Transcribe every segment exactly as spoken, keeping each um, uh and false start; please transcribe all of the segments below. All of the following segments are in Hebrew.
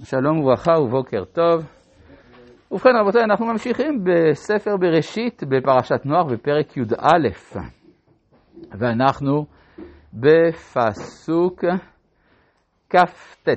שלום וברכה ובוקר טוב. ובכן רבותיי, אנחנו ממשיכים בספר בראשית בפרשת נוח בפרק י"א, ואנחנו בפסוק כ"ט.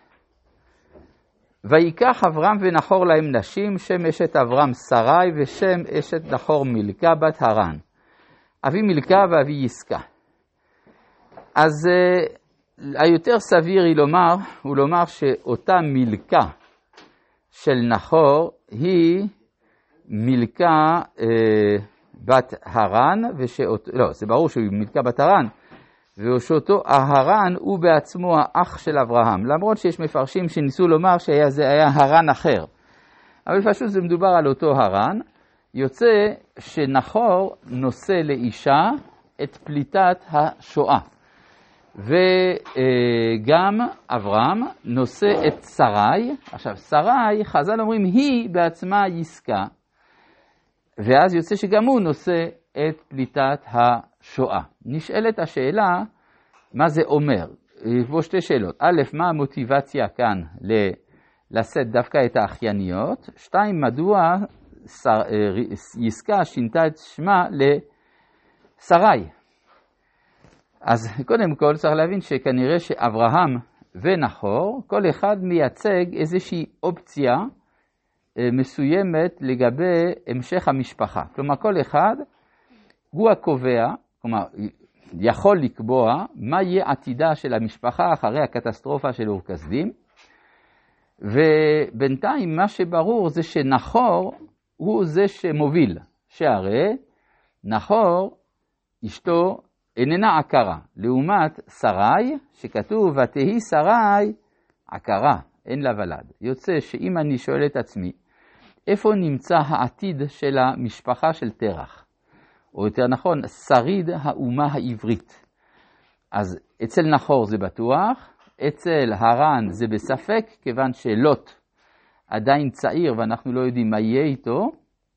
ויקח אברהם ונחור להם נשים, שם אשת אברהם שרי ושם אשת נחור מילכה בת הרן, אבי מילכה ואבי יסכה. אז uh, היותר סביר היא לומר, הוא לומר שאותה מילכה של נחור היא מילכה אה, בת הרן, ושאות, לא, זה ברור שהיא מילכה בת הרן, ושאותו הרן הוא בעצמו האח של אברהם, למרות שיש מפרשים שניסו לומר שזה היה הרן אחר. אבל פשוט זה מדובר על אותו הרן. יוצא שנחור נושא לאישה את פליטת השואה. וגם אברהם נושא את שרי. עכשיו שרי, חז"ל אומרים, היא בעצמה יסכה, ואז יוצא שגם הוא נושא את פליטת השואה. נשאלת השאלה, מה זה אומר? יש בו שתי שאלות. א', מה המוטיבציה כאן לשאת דווקא את האחייניות? שתיים, מדוע יסכה שינתה את שמה לשרי? אז קודם כל צריך להבין שכנראה שאברהם ונחור, כל אחד מייצג איזושהי אופציה מסוימת לגבי המשך המשפחה. כלומר, כל אחד הוא הקובע, כלומר, יכול לקבוע מה יהיה עתידה של המשפחה אחרי הקטסטרופה של אור כשדים. ובינתיים מה שברור זה שנחור הוא זה שמוביל, שהרי נחור אשתו איננה עקרה, לעומת שרי, שכתוב, ותהי שרי עקרה, אין לה ולד. יוצא שאם אני שואל את עצמי, איפה נמצא העתיד של המשפחה של תרח? או יותר נכון, שריד האומה העברית. אז אצל נחור זה בטוח, אצל הרן זה בספק, כיוון שלוט עדיין צעיר ואנחנו לא יודעים מה יהיה איתו,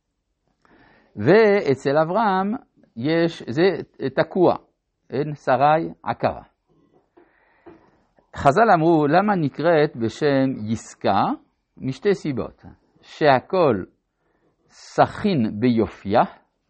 ואצל אברהם יש, זה תקוע. אין שרי עקרה. חז"ל אמרו, למה נקראת בשם יסכה? משתי סיבות. שהכל סכין ביופייה,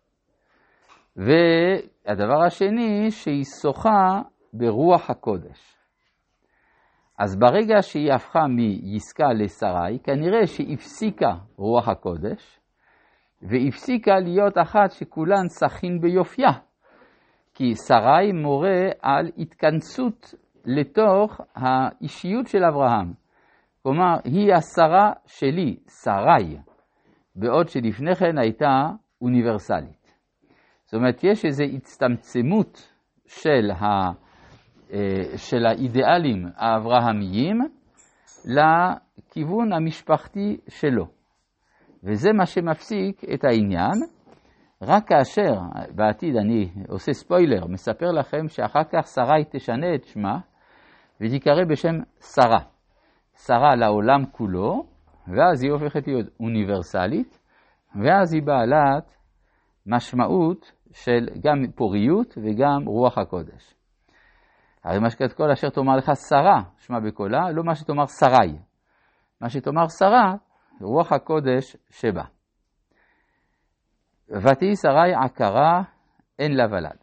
והדבר השני, שהיא שוחה ברוח הקודש. אז ברגע שהיא הפכה מיסכה לשרי, כנראה שהפסיקה רוח הקודש, והפסיקה להיות אחת שכולן סכין ביופייה. כי שרי מורה על התכנסות לתוך האישיות של אברהם. כלומר, היא השרה שלי, שרי, בעוד שלפני כן הייתה אוניברסלית. זאת אומרת, יש איזו הצטמצמות של, ה, של האידיאלים האברהמיים לכיוון המשפחתי שלו. וזה מה שמפסיק את העניין. רק כאשר בעתיד אני עושה ספוילר, מספר לכם שאחר כך שרי תשנה את שמה ותיקרא בשם שרה. שרה לעולם כולו, ואז היא הופכת להיות אוניברסלית, ואז היא בעלת משמעות של גם פוריות וגם רוח הקודש. הרי מה שכתוב, כל אשר תאמר לך שרה, שמה בקולה, לא מה שתאמר שרי. מה שתאמר שרה, רוח הקודש שבה. ותהי שרי עקרה, אין לה ולד.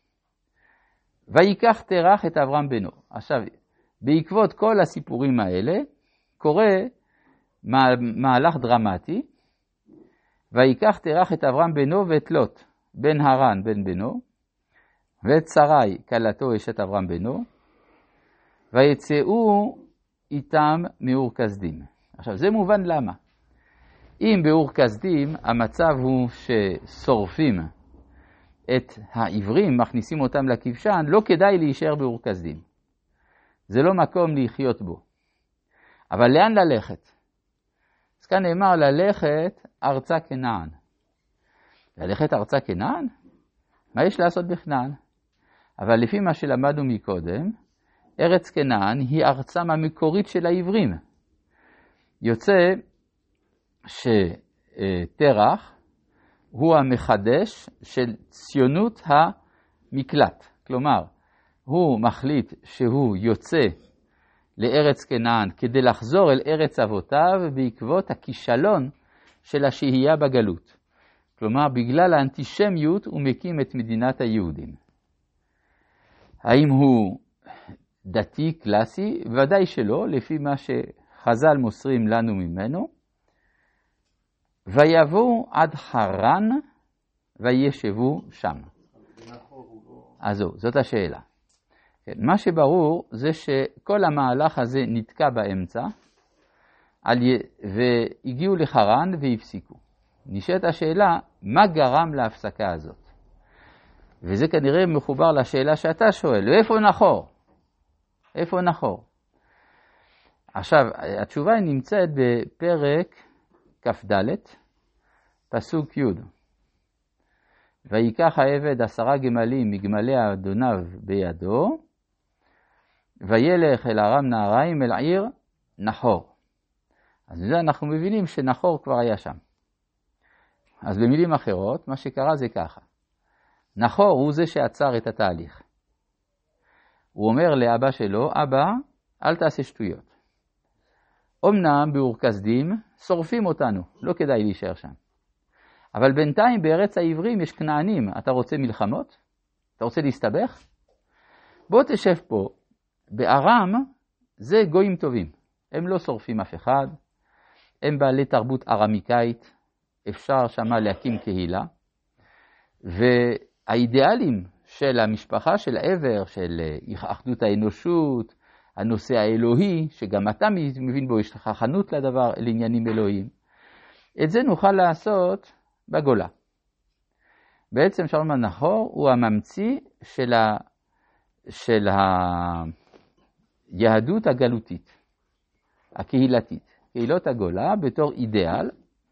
ויקח תרח את אברהם בנו. עכשיו, בעקבות כל הסיפורים האלה, קורה מהלך דרמטי. ויקח תרח את אברהם בנו ואת לוט, בן הרן בן בנו, ואת שרי כלתו אשת אברהם בנו, ויצאו איתם מאור כשדים. עכשיו, זה מובן למה. אם באור כשדים המצב הוא ששורפים את העברים, מכניסים אותם לכבשן, לא כדאי להישאר באור כשדים. זה לא מקום לחיות בו. אבל לאן ללכת? אז כאן נאמר ללכת ארצה כנען. ללכת ארצה כנען? מה יש לעשות בכנען? אבל לפי מה שלמדנו מקודם, ארץ כנען היא ארצם המקורית של העברים. יוצא שתרח הוא המחדש של ציונות המקלט. כלומר, הוא מחליט שהוא יוצא לארץ כנען, כדי לחזור אל ארץ אבותיו בעקבות הכישלון של השהייה בגלות. כלומר, בגלל האנטישמיות הוא מקים את מדינת היהודים. האם הוא דתי קלאסי? ודאי שלא, לפי מה שחז"ל מוסרים לנו ממנו. ויבואו עד חרן וישבו שם. אז זו, זאת השאלה. מה שברור זה שכל המהלך הזה נתקע באמצע, והגיעו לחרן והפסיקו. נשאלת השאלה, מה גרם להפסקה הזאת? וזה כנראה מחובר לשאלה שאתה שואל, ואיפה נחור? איפה נחור? עכשיו, התשובה נמצאת בפרק כ"ד, פסוק י'. ויקח העבד עשרה גמלים מגמלי אדוניו בידו, וילך אל ארם נהריים אל עיר נחור. אז זה אנחנו מבינים שנחור כבר היה שם. אז במילים אחרות, מה שקרה זה ככה. נחור הוא זה שעצר את התהליך. הוא אומר לאבא שלו, אבא, אל תעשה שטויות. אמנם באור כסדים שורפים אותנו, לא כדאי להישאר שם. אבל בינתיים בארץ העברים יש כנענים, אתה רוצה מלחמות? אתה רוצה להסתבך? בוא תשב פה, בארם זה גויים טובים. הם לא שורפים אף אחד, הם בעלי תרבות ארמיקאית, אפשר שמה להקים קהילה, והאידיאלים של המשפחה של העבר, של אחדות האנושות, הנושא האלוהי, שגם אתה מבין בו, יש לך חנות לדבר, לעניינים אלוהיים, את זה נוכל לעשות בגולה. בעצם שלום הנחור הוא הממציא של, ה... של היהדות הגלותית, הקהילתית, קהילות הגולה בתור אידיאל,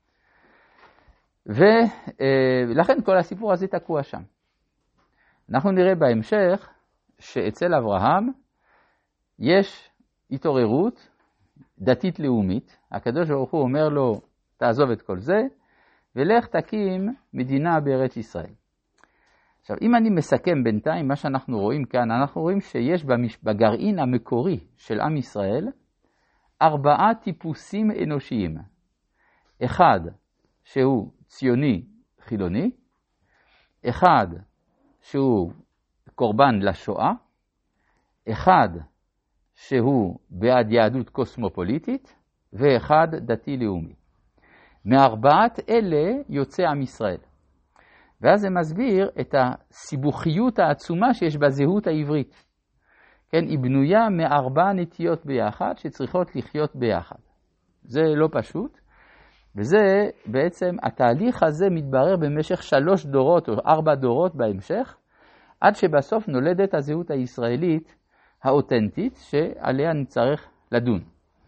ולכן כל הסיפור הזה תקוע שם. אנחנו נראה בהמשך שאצל אברהם יש התעוררות דתית לאומית. הקדוש ברוך הוא אומר לו, תעזוב את כל זה, ולך תקים מדינה בארץ ישראל. עכשיו, אם אני מסכם בינתיים מה שאנחנו רואים כאן, אנחנו רואים שיש בגרעין המקורי של עם ישראל ארבעה טיפוסים אנושיים. אחד שהוא ציוני חילוני, אחד שהוא קורבן לשואה, אחד שהוא בעד יהדות קוסמופוליטית, ואחד דתי לאומי. מארבעת אלה יוצא עם ישראל. ואז זה מסביר את הסיבוכיות העצומה שיש בזהות העברית. כן, היא בנויה מארבע נטיות ביחד שצריכות לחיות ביחד. זה לא פשוט, וזה בעצם, התהליך הזה מתברר במשך שלוש דורות או ארבע דורות בהמשך, עד שבסוף נולדת הזהות הישראלית האותנטית שעליה נצטרך לדון.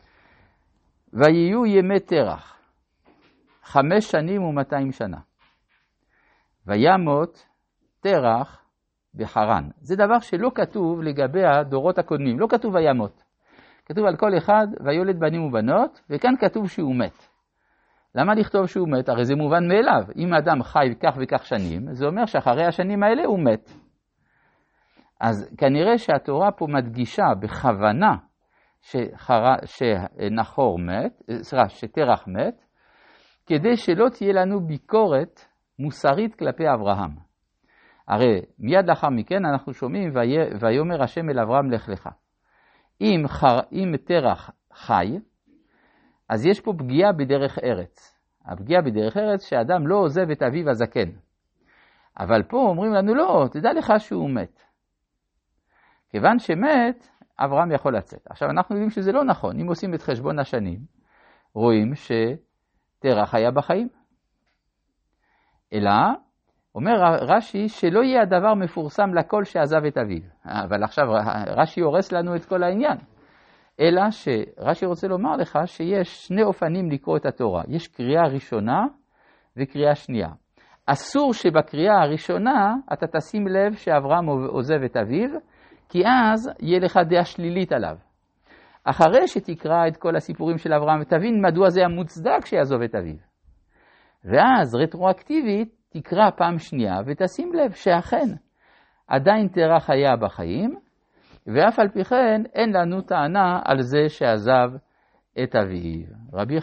ויהיו ימי תרח, חמש שנים ומאתיים שנה. וימות תרח בחרן. זה דבר שלא כתוב לגבי הדורות הקודמים, לא כתוב וימות. כתוב על כל אחד ויולד בנים ובנות, וכאן כתוב שהוא מת. למה לכתוב שהוא מת? הרי זה מובן מאליו. אם אדם חי כך וכך שנים, זה אומר שאחרי השנים האלה הוא מת. אז כנראה שהתורה פה מדגישה בכוונה שחר... שנחור מת, סליחה, שתרח מת, כדי שלא תהיה לנו ביקורת מוסרית כלפי אברהם. הרי מיד לאחר מכן אנחנו שומעים ויה... ויאמר השם אל אברהם לך לך. אם, חר... אם תרח חי, אז יש פה פגיעה בדרך ארץ. הפגיעה בדרך ארץ שאדם לא עוזב את אביו הזקן. אבל פה אומרים לנו לא, תדע לך שהוא מת. כיוון שמת, אברהם יכול לצאת. עכשיו אנחנו יודעים שזה לא נכון. אם עושים את חשבון השנים, רואים שתרח היה בחיים. אלא, אומר רש"י, שלא יהיה הדבר מפורסם לכל שעזב את אביו. אבל עכשיו רש"י הורס לנו את כל העניין. אלא שרש"י רוצה לומר לך שיש שני אופנים לקרוא את התורה. יש קריאה ראשונה וקריאה שנייה. אסור שבקריאה הראשונה אתה תשים לב שאברהם עוזב את אביו, כי אז יהיה לך דעה שלילית עליו. אחרי שתקרא את כל הסיפורים של אברהם, תבין מדוע זה המוצדק שיעזוב את אביו. ואז רטרואקטיבית תקרא פעם שנייה ותשים לב שאכן עדיין תרח היה בחיים, ואף על פי כן אין לנו טענה על זה שעזב את אביו. רבי